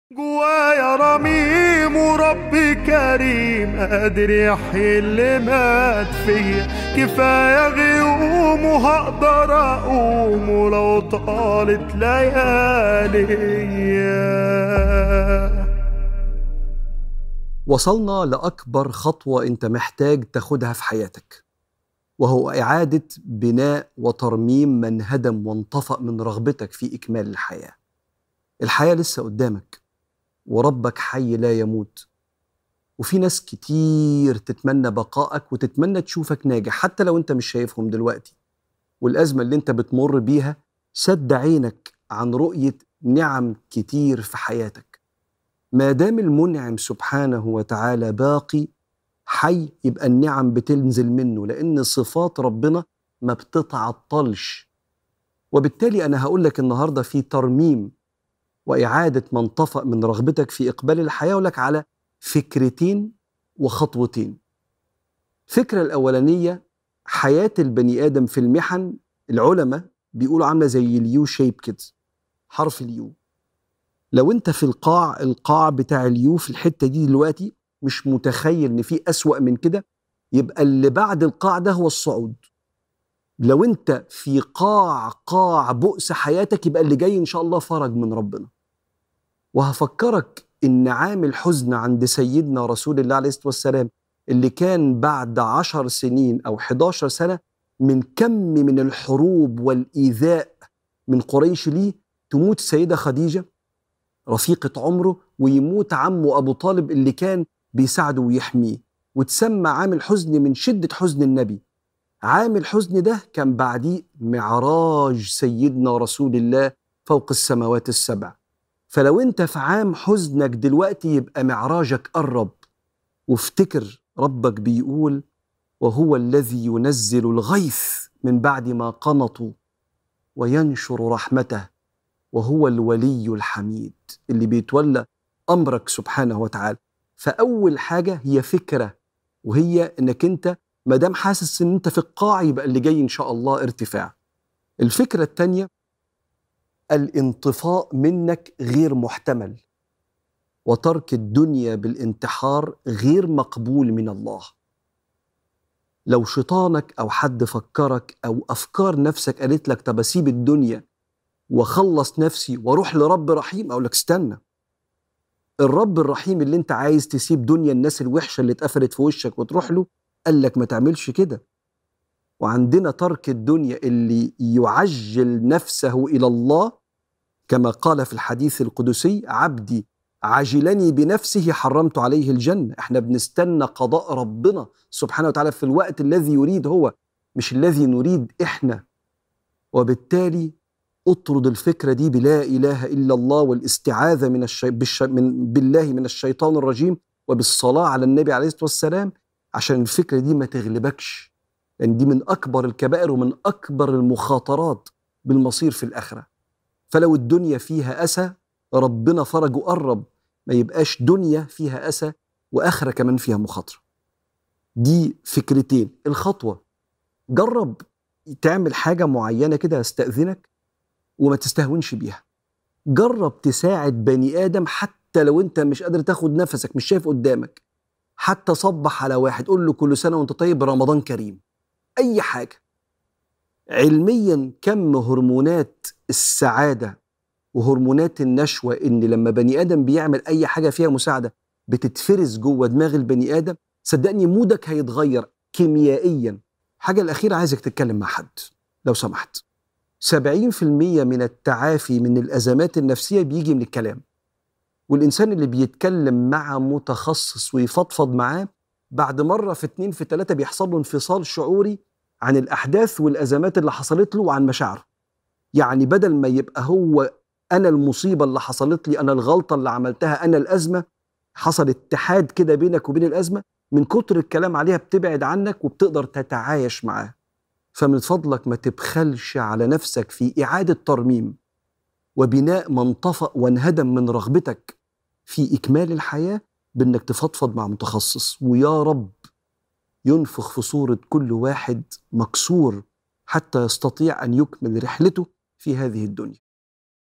جوايا رميم وربي كريم قادر يحيي اللي مات فيا. كفاية غيوم وهقدر أقوم ولو طالت لياليا. وصلنا لأكبر خطوة أنت محتاج تاخدها في حياتك، وهو إعادة بناء وترميم من هدم وانطفأ من رغبتك في إكمال الحياة. الحياة لسه قدامك وربك حي لا يموت، وفي ناس كتير تتمنى بقائك وتتمنى تشوفك ناجح حتى لو أنت مش شايفهم دلوقتي. والأزمة اللي أنت بتمر بيها سد عينك عن رؤية نعم كتير في حياتك. ما دام المنعم سبحانه وتعالى باقي حي، يبقى النعم بتنزل منه، لأن صفات ربنا ما بتتعطلش. وبالتالي أنا هقول لك النهاردة في ترميم وإعادة ما انطفأ من رغبتك في إقبال الحياة، ولك على فكرتين وخطوتين. الفكرة الأولانية، حياة البني آدم في المحن العلماء بيقولوا عاملة زي اليو شيب كده، حرف اليو. لو أنت في القاع بتاع اليو في الحتة دي دلوقتي مش متخيل إن في أسوأ من كده، يبقى اللي بعد القاع ده هو الصعود. لو أنت في قاع بؤس حياتك، يبقى اللي جاي إن شاء الله فرج من ربنا. وهفكرك إن عامل حزن عند سيدنا رسول الله عليه الصلاة والسلام اللي كان بعد 10 سنين أو 11 سنة من كم من الحروب والإيذاء من قريش ليه، تموت السيدة خديجة رفيقة عمره، ويموت عمه أبو طالب اللي كان بيساعده ويحميه، وتسمى عامل حزن من شدة حزن النبي. عامل الحزن ده كان بعديه معراج سيدنا رسول الله فوق السماوات السبع. فلو انت في عام حزنك دلوقتي، يبقى معراجك قرب. وافتكر ربك بيقول: وهو الذي ينزل الغيث من بعد ما قنطوا وينشر رحمته وهو الولي الحميد، اللي بيتولى أمرك سبحانه وتعالى. فأول حاجة هي فكرة، وهي إنك أنت مادام حاسس إن أنت في القاع، يبقى اللي جاي إن شاء الله ارتفاع. الفكرة التانية، الانطفاء منك غير محتمل، وترك الدنيا بالانتحار غير مقبول من الله. لو شيطانك أو حد فكرك أو أفكار نفسك قالت لك طب أسيب الدنيا وخلص نفسي واروح لرب رحيم، اقول لك استنى. الرب الرحيم اللي انت عايز تسيب دنيا الناس الوحشه اللي اتقفلت في وشك وتروح له، قال لك ما تعملش كده. وعندنا ترك الدنيا اللي يعجل نفسه الى الله، كما قال في الحديث القدسي: عبدي عجلني بنفسه حرمت عليه الجنه. احنا بنستنى قضاء ربنا سبحانه وتعالى في الوقت الذي يريد هو، مش الذي نريد احنا. وبالتالي اطرد الفكرة دي بلا إله إلا الله، والاستعاذة بالله من الشيطان الرجيم، وبالصلاة على النبي عليه الصلاة والسلام، عشان الفكرة دي ما تغلبكش، لأن دي من أكبر الكبائر ومن أكبر المخاطرات بالمصير في الآخرة. فلو الدنيا فيها أسى، ربنا فرجه قرب، ما يبقاش دنيا فيها أسى وآخرة كمان فيها مخاطرة. دي فكرتين. الخطوة، جرب تعمل حاجة معينة كده، استأذنك، وما تستهونش بيها. جرب تساعد بني آدم حتى لو انت مش قادر تاخد نفسك، مش شايف قدامك. حتى صبح على واحد، قول له كل سنة وانت طيب، رمضان كريم. أي حاجة. علميا كم هرمونات السعادة وهرمونات النشوة، إن لما بني آدم بيعمل أي حاجة فيها مساعدة بتتفرز جوه دماغ البني آدم، صدقني مودك هيتغير كيميائيا. حاجة الأخيرة، عايزك تتكلم مع حد لو سمحت. 70% من التعافي من الأزمات النفسية بيجي من الكلام. والإنسان اللي بيتكلم مع متخصص ويفضفض معاه، بعد مرة في 2 في 3 بيحصل له انفصال شعوري عن الأحداث والأزمات اللي حصلت له وعن مشاعره. يعني بدل ما يبقى هو أنا المصيبة اللي حصلت لي، أنا الغلطة اللي عملتها، أنا الأزمة، حصل اتحاد كده بينك وبين الأزمة. من كتر الكلام عليها بتبعد عنك وبتقدر تتعايش معاه. فمن فضلك ما تبخلش على نفسك في إعادة ترميم وبناء ما انطفأ وانهدم من رغبتك في إكمال الحياة، بأنك تفضفض مع متخصص. ويا رب ينفخ في صورة كل واحد مكسور حتى يستطيع أن يكمل رحلته في هذه الدنيا.